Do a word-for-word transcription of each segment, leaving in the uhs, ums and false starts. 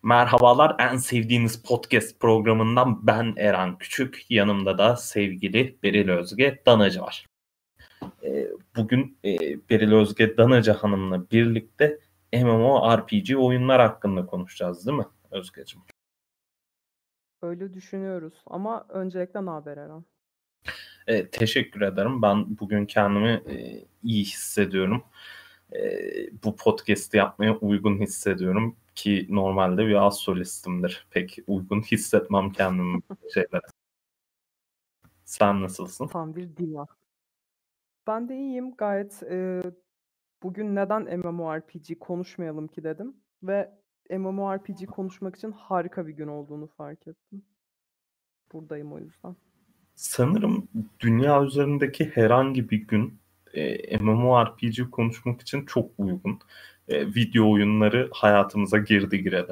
Merhabalar, en sevdiğiniz podcast programından ben Eren Küçük. Yanımda da sevgili Beril Özge Danacı var. Ee, bugün e, Beril Özge Danacı Hanım'la birlikte MMORPG oyunlar hakkında konuşacağız, değil mi Özgeciğim? Öyle düşünüyoruz ama öncelikle ne haber Eren? Ee, teşekkür ederim. Ben bugün kendimi e, iyi hissediyorum. E, bu podcast'i yapmaya uygun hissediyorum ki normalde bir az solistimdir. Pek uygun hissetmem kendimi bu şeylere. Sen nasılsın? Tam bir diva. Ben de iyiyim gayet. E, bugün neden MMORPG konuşmayalım ki dedim. Ve MMORPG konuşmak için harika bir gün olduğunu fark ettim. Buradayım o yüzden. Sanırım dünya üzerindeki herhangi bir gün e, MMORPG konuşmak için çok uygun. E, video oyunları hayatımıza girdi gireli.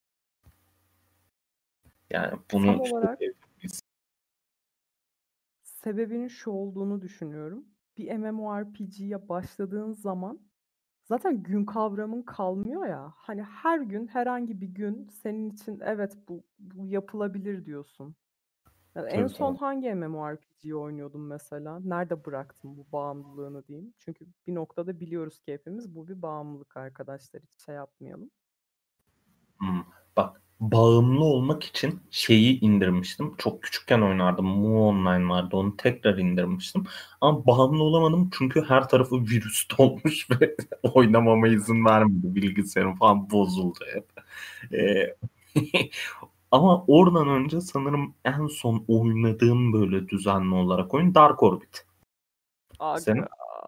Yani bunu Tam olarak biz... sebebinin şu olduğunu düşünüyorum. Bir MMORPG'ye başladığın zaman zaten gün kavramın kalmıyor ya. Hani her gün herhangi bir gün senin için evet bu, bu yapılabilir diyorsun. Ya en Tabii, son tabii. hangi MMORPG'yi oynuyordun mesela? Nerede bıraktın bu bağımlılığını diyeyim? Çünkü bir noktada biliyoruz ki hepimiz bu bir bağımlılık arkadaşlar. Hiç şey yapmayalım. Hmm. Bak, bağımlı olmak için şeyi indirmiştim. Çok küçükken oynardım. Mu Online vardı. Onu tekrar indirmiştim. Ama bağımlı olamadım çünkü her tarafı virüs dolmuş ve oynamama izin vermedi. Bilgisayarım falan bozuldu hep. Ee, Ama oradan önce sanırım en son oynadığım böyle düzenli olarak oyun Dark Orbit. Senin? Aga.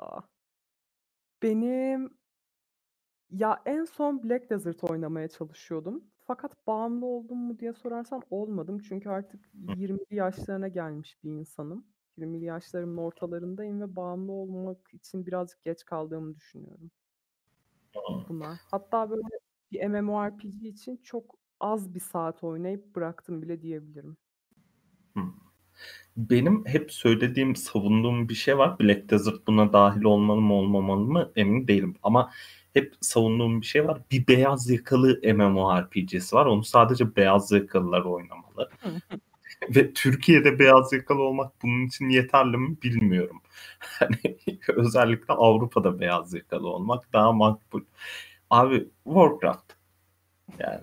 Benim ya en son Black Desert oynamaya çalışıyordum. Fakat bağımlı oldum mu diye sorarsan olmadım. Çünkü artık yirmili yaşlarına gelmiş bir insanım. yirmili yaşlarımın ortalarındayım ve bağımlı olmak için birazcık geç kaldığımı düşünüyorum buna. Hatta böyle bir MMORPG için çok az bir saat oynayıp bıraktım bile diyebilirim. Benim hep söylediğim, savunduğum bir şey var. Black Desert buna dahil olmalı mı olmamalı mı emin değilim. Ama hep savunduğum bir şey var. Bir beyaz yakalı MMORPG'si var. Onu sadece beyaz yakalılar oynamalı. Ve Türkiye'de beyaz yakalı olmak bunun için yeterli mi bilmiyorum. Hani özellikle Avrupa'da beyaz yakalı olmak daha makbul. Abi Warcraft yani.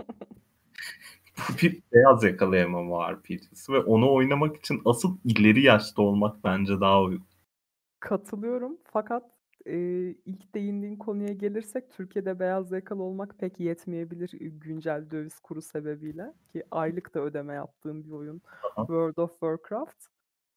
Bu bir beyaz yakalı MMORPG'si ve onu oynamak için asıl ileri yaşta olmak bence daha uygun. Katılıyorum fakat e, ilk değindiğin konuya gelirsek Türkiye'de beyaz yakalı olmak pek yetmeyebilir e, güncel döviz kuru sebebiyle ki aylık da ödeme yaptığım bir oyun Aha. World of Warcraft.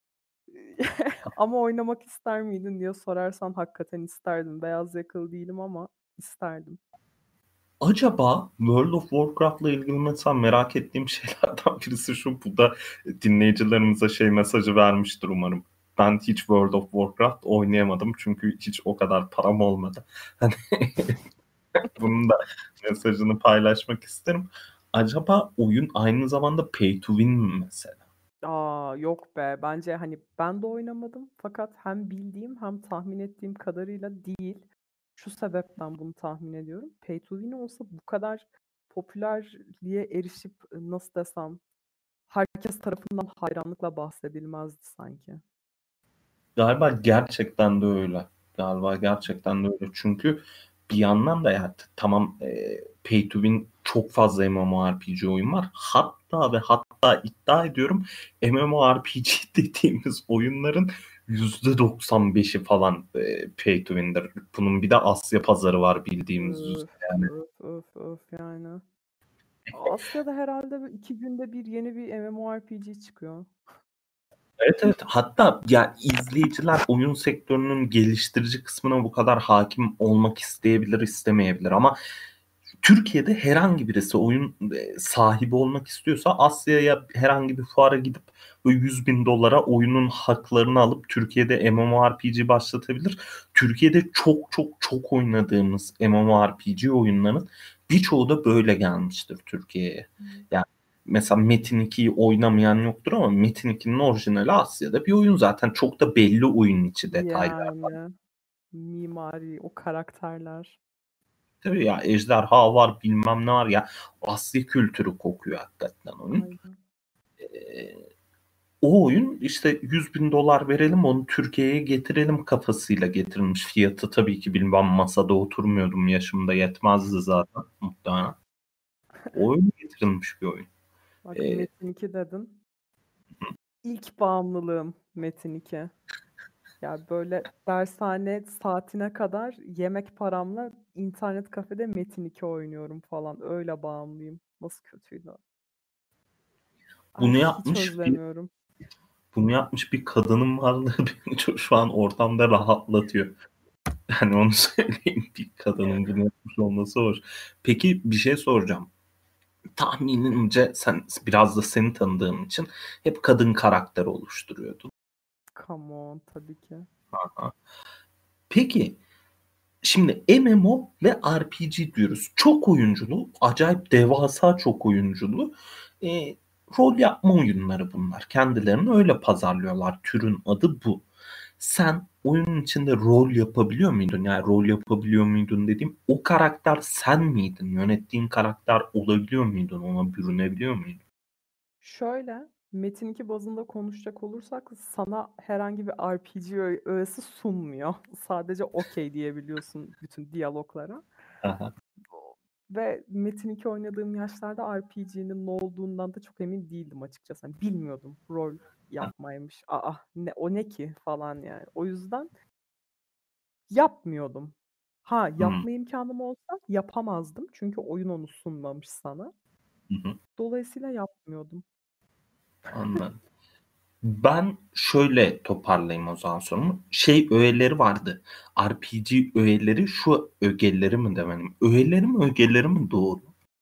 Ama oynamak ister miydin diye sorarsan hakikaten isterdim. Beyaz yakalı değilim ama isterdim. Acaba World of Warcraft'la ilgili mesela merak ettiğim şeylerden birisi şu. Bu da dinleyicilerimize şey mesajı vermiştir umarım. Ben hiç World of Warcraft oynayamadım çünkü hiç o kadar param olmadı. Hani bunun da mesajını paylaşmak isterim. Acaba oyun aynı zamanda pay to win mi mesela? Aa yok be. Bence hani ben de oynamadım fakat hem bildiğim hem tahmin ettiğim kadarıyla değil. Şu sebepten bunu tahmin ediyorum. Pay to win olsa bu kadar popülerliğe erişip e, nasıl desem herkes tarafından hayranlıkla bahsedilmezdi sanki. Galiba gerçekten de öyle. Galiba gerçekten de öyle. Çünkü bir yandan da ya t- tamam, e, pay to win çok fazla MMORPG oyun var. Hatta ve hatta iddia ediyorum MMORPG dediğimiz oyunların yüzde doksan beşi falan e, pay to win'dir. Bunun bir de Asya pazarı var bildiğimiz üzere. Öf, Yani öf, öf, öf yani. Asya'da herhalde bir- iki günde bir yeni bir MMORPG çıkıyor. evet, evet, hatta ya izleyiciler oyun sektörünün geliştirici kısmına bu kadar hakim olmak isteyebilir, istemeyebilir ama Türkiye'de herhangi birisi oyun e, sahibi olmak istiyorsa Asya'ya herhangi bir fuara gidip böyle yüz bin dolara oyunun haklarını alıp Türkiye'de MMORPG başlatabilir. Türkiye'de çok çok çok oynadığımız MMORPG oyunların birçoğu da böyle gelmiştir Türkiye'ye. Yani mesela Metin ikiyi oynamayan yoktur ama Metin ikinin orijinali Asya'da bir oyun zaten. Çok da belli oyunun içi detaylar. Yani mimari, o karakterler. Tabii ya, ejderha var, bilmem ne var ya. Asya kültürü kokuyor hakikaten oyun. Aynen. Eee, o oyun işte yüz bin dolar verelim onu Türkiye'ye getirelim kafasıyla getirilmiş. Fiyatı tabii ki bilmem, masada oturmuyordum. Yaşım da yetmezdi zaten muhtemelen. O öyle getirilmiş bir oyun. Bak Eee Metin iki dedin. Hı hı. İlk bağımlılığım Metin iki. Ya böyle dershane saatine kadar yemek paramla internet kafede Metin iki oynuyorum falan. Öyle bağımlıyım. Nasıl kötüydü o? Ay Bunu hiç yapmış bir özlemiyorum. bunu yapmış bir kadının varlığı beni çok şu an ortamda rahatlatıyor. Hani onu söyleyeyim. Bir kadının bunu yapmış olması hoş. Peki bir şey soracağım. Tahminimce sen biraz da seni tanıdığım için hep kadın karakter oluşturuyordun. Come on tabii ki. Hı hı. Peki şimdi M M O ve R P G diyoruz. Çok oyunculu, acayip devasa çok oyunculu e, rol yapma oyunları bunlar. Kendilerini öyle pazarlıyorlar. Türün adı bu. Sen oyunun içinde rol yapabiliyor muydun? Yani rol yapabiliyor muydun dediğim, o karakter sen miydin? Yönettiğin karakter olabiliyor muydun? Ona bürünebiliyor muydun? Şöyle Metin iki bazında konuşacak olursak sana herhangi bir R P G öğ- öğesi sunmuyor. Sadece okey diyebiliyorsun bütün diyaloglara. Aha. Ve Metin iki oynadığım yaşlarda R P G'nin ne olduğundan da çok emin değildim açıkçası. Hani bilmiyordum rol yapmaymış. Aa ne o ne ki falan yani. O yüzden yapmıyordum. Ha Hmm. yapma imkanım olsa yapamazdım. Çünkü oyun onu sunmamış sana. Hı hı. Dolayısıyla yapmıyordum. Anladım. Ben şöyle toparlayayım o zaman sorumu. Şey öğeleri vardı. R P G öğeleri, şu ögeleri mi demelim? Öğeleri mi ögeleri mi doğru?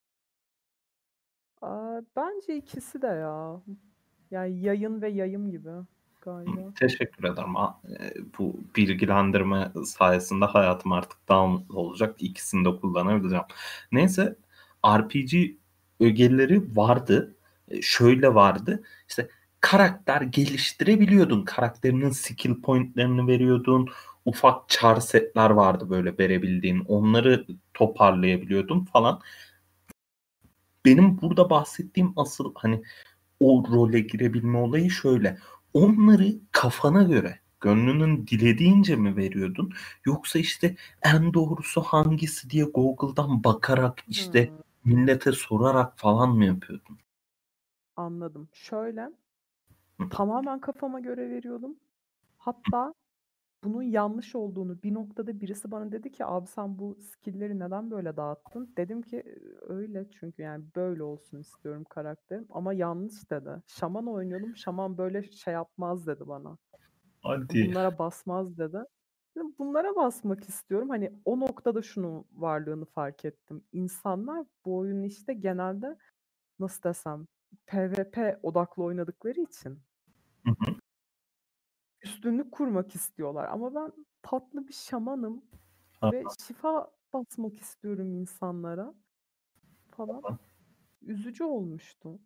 Aa, bence ikisi de ya. Yani yayın ve yayım gibi Hı, galiba. teşekkür ederim. A- e, Bu bilgilendirme sayesinde hayatım artık daha mutlu olacak. İkisini de kullanabileceğim. Neyse, R P G ögeleri vardı. E, Şöyle vardı. İşte karakter geliştirebiliyordun. Karakterinin skill pointlerini veriyordun. Ufak char setler vardı böyle verebildiğin. Onları toparlayabiliyordun falan. Benim burada bahsettiğim asıl hani o role girebilme olayı şöyle. Onları kafana göre, gönlünün dilediğince mi veriyordun? Yoksa işte en doğrusu hangisi diye Google'dan bakarak işte Hmm, millete sorarak falan mı yapıyordun? anladım. Şöyle Hı tamamen kafama göre veriyordum. Hatta bunun yanlış olduğunu bir noktada birisi bana dedi ki abi sen bu skill'leri neden böyle dağıttın? Dedim ki öyle çünkü yani böyle olsun istiyorum karakterim ama yanlış dedi. Şaman oynuyordum. Şaman böyle şey yapmaz dedi bana. Hadi. Bunlara basmaz dedi. Dedim, bunlara basmak istiyorum. Hani o noktada şunun varlığını fark ettim. İnsanlar bu oyunu işte genelde nasıl desem PvP odaklı oynadıkları için Hı hı. üstünlük kurmak istiyorlar. Ama ben tatlı bir şamanım ve şifa basmak istiyorum insanlara falan. Üzücü olmuştu.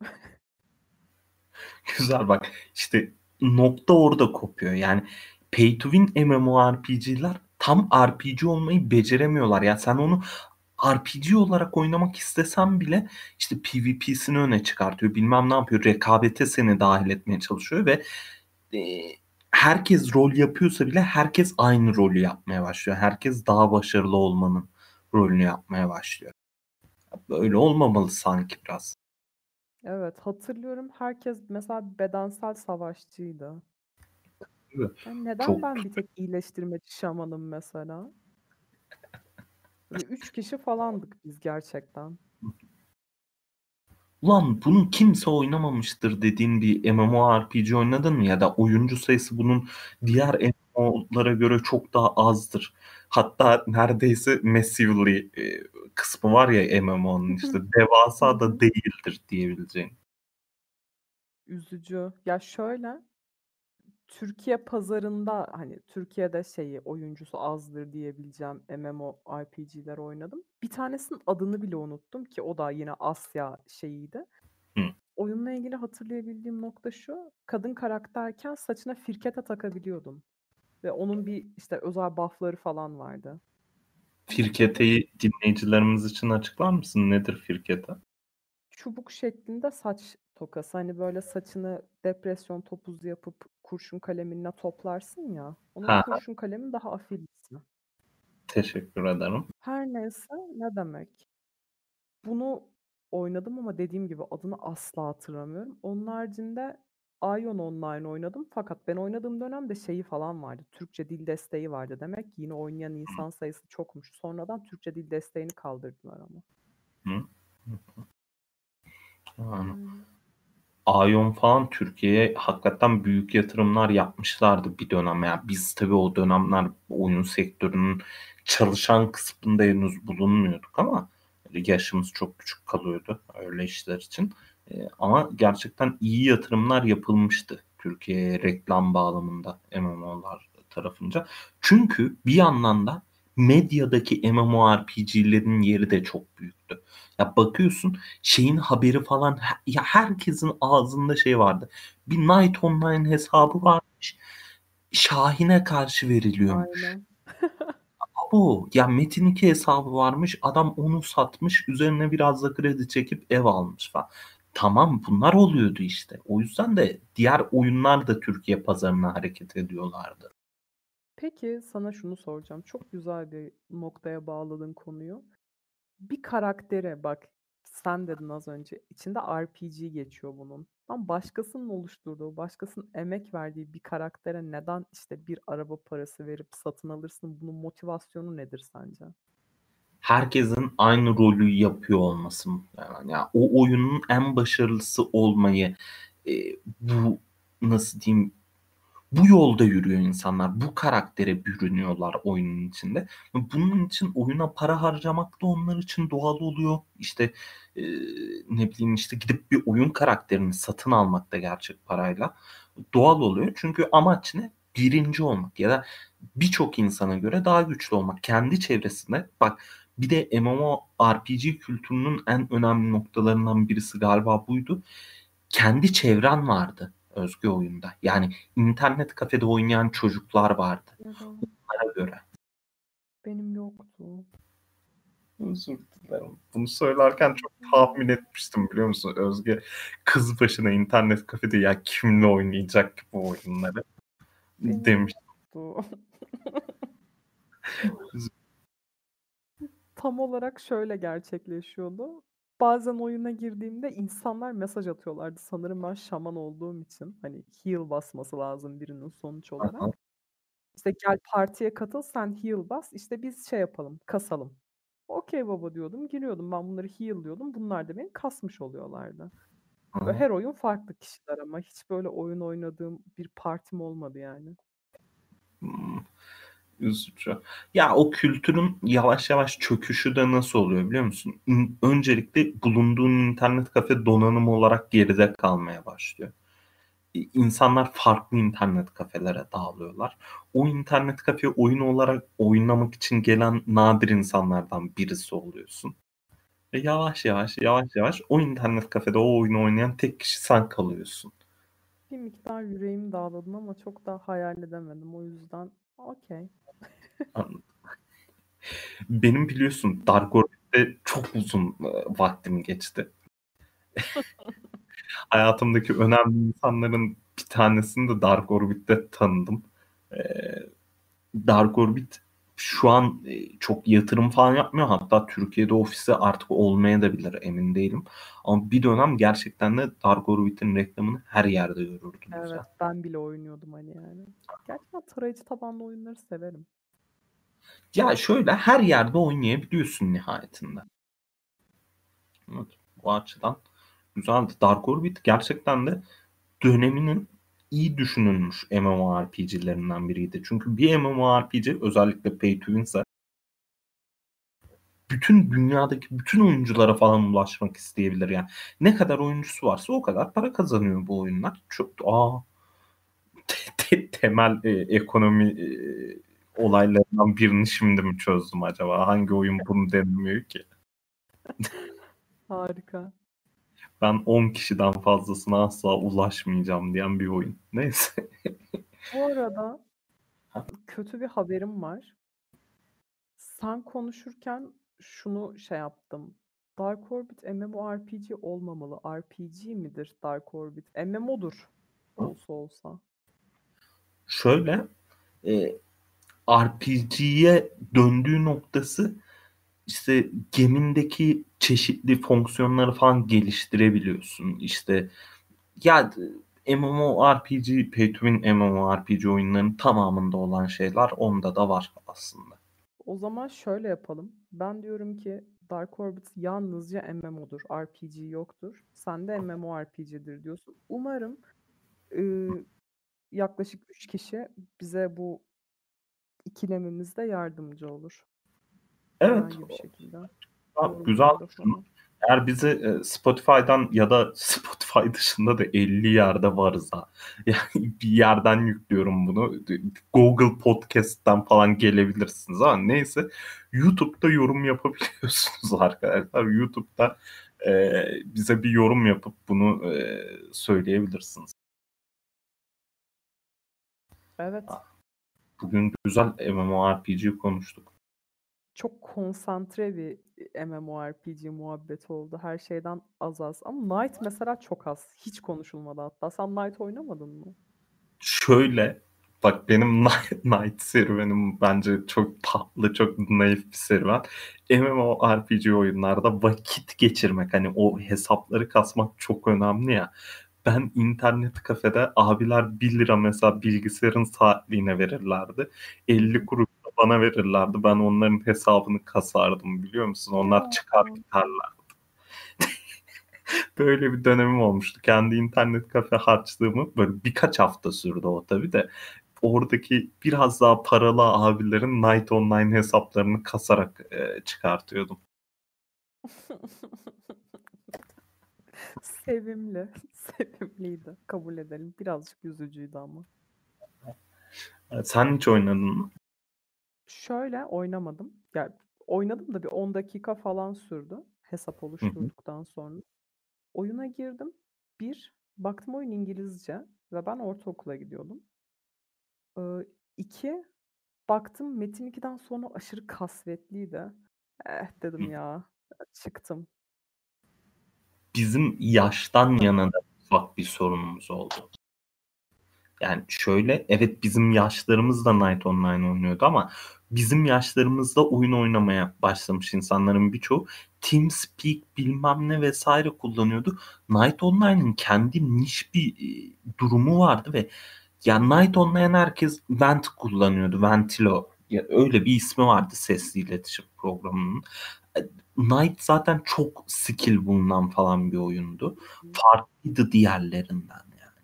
Güzel bak, işte nokta orada kopuyor. Yani pay to win MMORPG'ler tam R P G olmayı beceremiyorlar. Yani sen onu R P G olarak oynamak istesen bile işte PvP'sini öne çıkartıyor. Bilmem ne yapıyor. Rekabete seni dahil etmeye çalışıyor ve e, herkes rol yapıyorsa bile herkes aynı rolü yapmaya başlıyor. Herkes daha başarılı olmanın rolünü yapmaya başlıyor. Böyle olmamalı sanki biraz. Evet, hatırlıyorum. Herkes mesela bedensel savaşçıydı. Değil mi? Yani neden Çok. ben bir tek iyileştirmeci şamanım mesela? Böyle üç kişi falandık biz gerçekten. Ulan bunu kimse oynamamıştır dediğin bir MMORPG oynadın mı? Ya da oyuncu sayısı bunun diğer M M O'lara göre çok daha azdır. Hatta neredeyse massively e, kısmı var ya M M O'nun, işte Hı devasa da hı. değildir diyebileceğin. Üzücü. Ya şöyle, Türkiye pazarında hani Türkiye'de şeyi oyuncusu azdır diyebileceğim MMORPG'ler oynadım. Bir tanesinin adını bile unuttum ki o da yine Asya şeyiydi. Hı. Oyunla ilgili hatırlayabildiğim nokta şu. Kadın karakterken saçına firkete takabiliyordum. Ve onun bir işte özel buff'ları falan vardı. Firkete'yi dinleyicilerimiz için açıklar mısın? Nedir firkete? Çubuk şeklinde saç tokası. Hani böyle saçını depresyon topuzu yapıp kurşun kaleminle toplarsın ya. Onun Ha, kurşun kalemin daha afilisi. teşekkür ederim. Her neyse ne demek. Bunu oynadım ama dediğim gibi adını asla hatırlamıyorum. Onun haricinde Aion Online oynadım. Fakat ben oynadığım dönemde şeyi falan vardı. Türkçe dil desteği vardı. Demek ki yine oynayan insan sayısı çokmuş. Sonradan Türkçe dil desteğini kaldırdılar ama. Hı? Yani Öyle. Aion falan Türkiye'ye hakikaten büyük yatırımlar yapmışlardı bir dönem. Yani biz tabii o dönemler oyun sektörünün çalışan kısmında henüz bulunmuyorduk ama yaşımız çok küçük kalıyordu öyle işler için. Ee, ama gerçekten iyi yatırımlar yapılmıştı Türkiye'ye reklam bağlamında M M O'lar tarafınca. Çünkü bir yandan da medyadaki MMORPG'lerin yeri de çok büyüktü. Ya bakıyorsun şeyin haberi falan ya herkesin ağzında şey vardı. Bir Night Online hesabı varmış. Şahin'e karşı veriliyormuş. Aynen. Bu ya Metin iki hesabı varmış. Adam onu satmış. Üzerine biraz da kredi çekip ev almış falan. Tamam bunlar oluyordu işte. O yüzden de diğer oyunlar da Türkiye pazarına hareket ediyorlardı. Peki sana şunu soracağım. Çok güzel bir noktaya bağladın konuyu. Bir karaktere bak, sen dedin az önce, içinde R P G geçiyor bunun. Ama başkasının oluşturduğu, başkasının emek verdiği bir karaktere neden işte bir araba parası verip satın alırsın? Bunun motivasyonu nedir sence? Herkesin aynı rolü yapıyor olması. Yani, yani o oyunun en başarılısı olmayı e, bu nasıl diyeyim bu yolda yürüyor insanlar. Bu karaktere bürünüyorlar oyunun içinde. Bunun için oyuna para harcamak da onlar için doğal oluyor. İşte e, ne bileyim işte gidip bir oyun karakterini satın almak da gerçek parayla doğal oluyor. Çünkü amaç ne? Birinci olmak ya da birçok insana göre daha güçlü olmak. Kendi çevresinde bak bir de MMORPG kültürünün en önemli noktalarından birisi galiba buydu. Kendi çevren vardı özgü oyunda. Yani internet kafede oynayan çocuklar vardı. Biliyorum. Onlara göre. Benim yoktu. Özür dilerim. Bunu söylerken çok tahmin etmiştim biliyor musun? Özge kız başına internet kafede ya kimle oynayacak ki bu oyunları Benim demiş. yoktu. Tam olarak şöyle gerçekleşiyordu. Bazen oyuna girdiğimde insanlar mesaj atıyorlardı. Sanırım ben şaman olduğum için. Hani heal basması lazım birinin sonuç olarak. Aha. İşte gel partiye katıl, sen heal bas. İşte biz şey yapalım, kasalım. Okey baba diyordum, giriyordum. Ben bunları heal diyordum. Bunlar da beni kasmış oluyorlardı. Böyle Aha. her oyun farklı kişiler ama hiç böyle oyun oynadığım bir partim olmadı yani. Hmm, üzücü. Ya o kültürün yavaş yavaş çöküşü de nasıl oluyor biliyor musun? İn- Öncelikle bulunduğun internet kafe donanım olarak geride kalmaya başlıyor. İnsanlar farklı internet kafelere dağılıyorlar. O internet kafe oyun olarak oynamak için gelen nadir insanlardan birisi oluyorsun. Ve yavaş yavaş yavaş yavaş o internet kafede o oyunu oynayan tek kişi sen kalıyorsun. Bir miktar yüreğimi dağladın ama çok da hayal edemedim. O yüzden okey. Benim biliyorsun Dark Orbit'te çok uzun e, vaktim geçti. Hayatımdaki önemli insanların bir tanesini de Dark Orbit'te tanıdım. Ee, Dark Orbit şu an e, çok yatırım falan yapmıyor. Hatta Türkiye'de ofisi artık olmaya da bilir emin değilim. Ama bir dönem gerçekten de Dark Orbit'in reklamını her yerde görürdünüz Evet, ya. ben bile oynuyordum hani yani. Gerçekten tarayıcı tabanlı oyunları severim. Ya şöyle her yerde oynayabiliyorsun nihayetinde. Evet, bu açıdan güzeldi. Dark Orbit gerçekten de döneminin iyi düşünülmüş MMORPG'lerinden biriydi. Çünkü bir MMORPG özellikle Pay to Win'se bütün dünyadaki bütün oyunculara falan ulaşmak isteyebilir yani. Ne kadar oyuncusu varsa o kadar para kazanıyor bu oyunlar. Çok aa te- te- temel e, ekonomi e, olaylarından birini şimdi mi çözdüm acaba? Hangi oyun bunu denemiyor ki? Harika. Ben on kişiden fazlasına asla ulaşmayacağım diyen bir oyun. Neyse. Bu arada kötü bir haberim var. Sen konuşurken şunu şey yaptım. Dark Orbit MMORPG olmamalı. R P G midir Dark Orbit? M M O'dur. Olsa olsa. Şöyle e, R P G'ye döndüğü noktası işte gemindeki çeşitli fonksiyonları falan geliştirebiliyorsun. İşte ya MMORPG, Pay to Win MMORPG oyunlarının tamamında olan şeyler onda da var aslında. O zaman şöyle yapalım. Ben diyorum ki Dark Orbit yalnızca M M O'dur. R P G yoktur. Sen de MMORPG'dir diyorsun. Umarım ıı, yaklaşık üç kişi bize bu ikilemimizde yardımcı olur. Evet, Herhangi bir şekilde. Abi, güzel. Yorumlarda falan. Eğer bizi e, Spotify'dan ya da Spotify dışında da elli yerde varız ha. Yani bir yerden yüklüyorum bunu. Google Podcast'ten falan gelebilirsiniz ama neyse. YouTube'da yorum yapabiliyorsunuz arkadaşlar. YouTube'da e, bize bir yorum yapıp bunu e, söyleyebilirsiniz. Evet. Bugün güzel MMORPG konuştuk. Çok konsantre bir MMORPG muhabbeti oldu. Her şeyden az az. Ama Knight mesela çok az. Hiç konuşulmadı hatta. Sen Knight oynamadın mı? Şöyle bak, benim Night, Night serüvenim bence çok tatlı, çok naif bir serüven. MMORPG oyunlarda vakit geçirmek, hani o hesapları kasmak çok önemli ya. Ben internet kafede abiler bir lira mesela bilgisayarın saatliğine verirlerdi. elli kuruş da bana verirlerdi. Ben onların hesabını kasardım, biliyor musun? Onlar çıkar giderler. Böyle bir dönemim olmuştu. Kendi internet kafe harçlığımı böyle birkaç hafta sürdü o tabii de. Oradaki biraz daha paralı abilerin Night Online hesaplarını kasarak e, çıkartıyordum. Sevimli. Sevimliydi. Kabul edelim. Birazcık üzücüydü ama. Sen hiç oynadın mı? Şöyle oynamadım. Yani oynadım da bir on dakika falan sürdü. Hesap Hı hı. oluşturduktan sonra. Oyuna girdim. Bir, baktım oyun İngilizce ve ben ortaokula gidiyordum. Ee, iki, baktım Metin ikiden sonra aşırı kasvetliydi. Eh Hı. dedim ya. Çıktım. Bizim yaştan yana da ufak bir sorunumuz oldu. Yani şöyle, evet bizim yaşlarımız da Night Online oynuyordu ama bizim yaşlarımızda oyun oynamaya başlamış insanların birçoğu TeamSpeak bilmem ne vesaire kullanıyordu. Night Online'ın kendi niş bir e, durumu vardı ve ya Night Online herkes Vent kullanıyordu. Ventilo. Ya öyle bir ismi vardı sesli iletişim programının. E, Night zaten çok skill bulunan falan bir oyundu. Farklıydı diğerlerinden.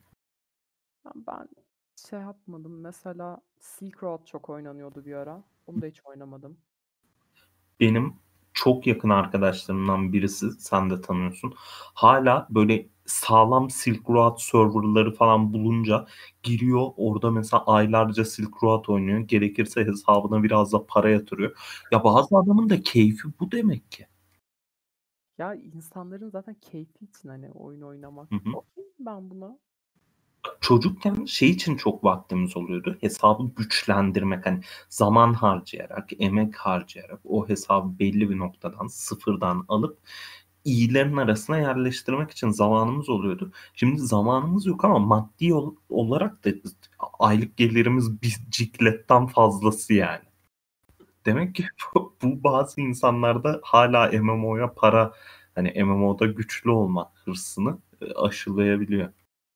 Ben şey yapmadım. Mesela Silk Road çok oynanıyordu bir ara. Onu da hiç oynamadım. Benim çok yakın arkadaşlarımdan birisi, sen de tanıyorsun. Hala böyle sağlam Silk Road serverları falan bulunca giriyor orada mesela aylarca Silk Road oynuyor. Gerekirse hesabına biraz da para yatırıyor. Ya bazı adamın da keyfi bu demek ki. Ya insanların zaten keyfi için hani oyun oynamak. Hı hı. Okey ben buna. Çocukken şey için çok vaktimiz oluyordu. Hesabı güçlendirmek, hani zaman harcayarak, emek harcayarak o hesabı belli bir noktadan, sıfırdan alıp iyilerin arasına yerleştirmek için zamanımız oluyordu. Şimdi zamanımız yok ama maddi ol- olarak da aylık gelirimiz bir cikletten fazlası yani. Demek ki bu, bu bazı insanlarda hala M M O'ya para, hani M M O'da güçlü olma hırsını e, aşılayabiliyor.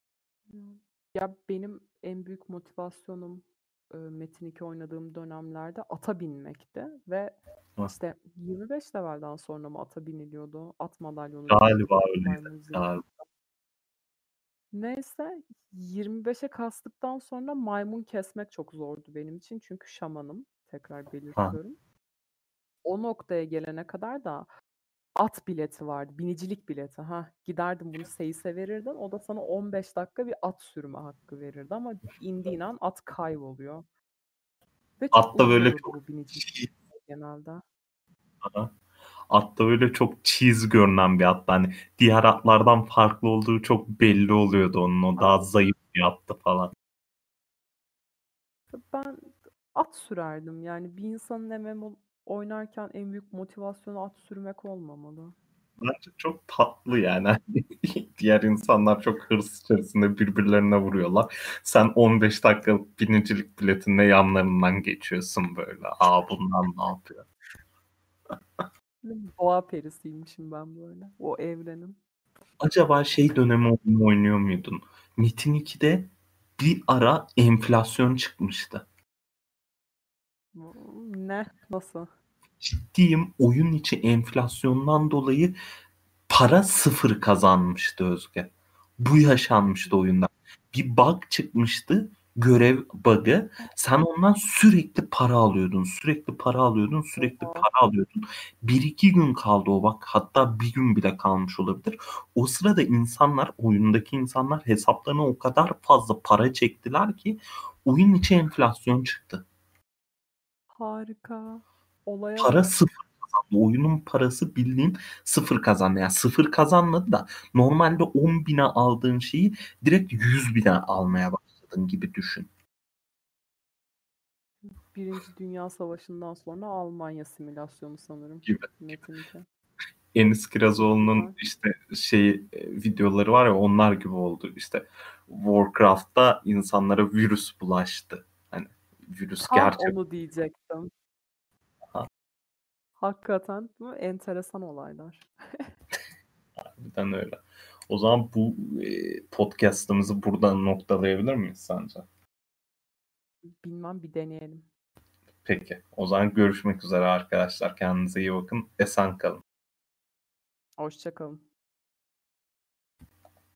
Ya benim en büyük motivasyonum e, Metin iki oynadığım dönemlerde ata binmekti ve Ha, işte yirmi beş levelden sonra mı ata biniliyordu? At madalyonu galiba veriliyordu. öyleydi. Maymun zırh. Galiba. Neyse yirmi beşe kastıktan sonra maymun kesmek çok zordu benim için. Çünkü şamanım. Tekrar Ha. belirtiyorum. O noktaya gelene kadar da at bileti vardı. Binicilik bileti. Ha, giderdin bunu seyise verirdin. O da sana on beş dakika bir at sürme hakkı verirdi ama indiğin an at kayboluyor. Ve çok Atta uzun böyle olurdu çok bu binicilik cheese, genelde. atta böyle çok cheese görünen bir at. Hani diğer atlardan farklı olduğu çok belli oluyordu onun. O daha zayıf bir attı falan. Ben at sürerdim. Yani bir insanın M M O Oynarken en büyük motivasyonu at sürmek olmamalı. Bence çok tatlı yani. Diğer insanlar çok hırs içerisinde birbirlerine vuruyorlar. Sen on beş dakikalık binicilik biletinle yanlarından geçiyorsun böyle. Aa bunlar ne yapıyor? Doğa perisiymişim ben böyle. O evrenin. Acaba şey dönemi oyunu oynuyor muydun? Metin ikide bir ara enflasyon çıkmıştı. Ne? Nasıl? Ciddiyim, oyun içi enflasyondan dolayı para sıfır kazanmıştı Özge. Bu yaşanmıştı oyunda. Bir bug çıkmıştı. Görev bug'ı. Sen ondan sürekli para alıyordun. Sürekli para alıyordun. Sürekli Oha. para alıyordun. Bir iki gün kaldı o bak. Hatta bir gün bile kalmış olabilir. O sırada insanlar, oyundaki insanlar hesaplarına o kadar fazla para çektiler ki oyun içi enflasyon çıktı. Harika. Olaya Para bak. sıfır kazandı. Oyunun parası bildiğin sıfır kazandı. Yani sıfır kazanmadı da normalde on bine aldığın şeyi direkt yüz bine almaya başladın gibi düşün. Birinci Dünya Savaşı'ndan sonra Almanya simülasyonu sanırım. Gibi. Metin iki. Enis Kirazoğlu'nun Güzel. işte şey e, videoları var ya onlar gibi oldu. İşte Warcraft'ta insanlara virüs bulaştı. Hani virüs Tam gerçek. onu diyecektim. Ha, Hakikaten değil mi? Enteresan olaylar. harbiden öyle. O zaman bu e, podcast'ımızı buradan noktalayabilir miyiz sence? Bilmem, bir deneyelim. Peki. O zaman görüşmek üzere arkadaşlar. Kendinize iyi bakın. Esen kalın. Hoşça kalın.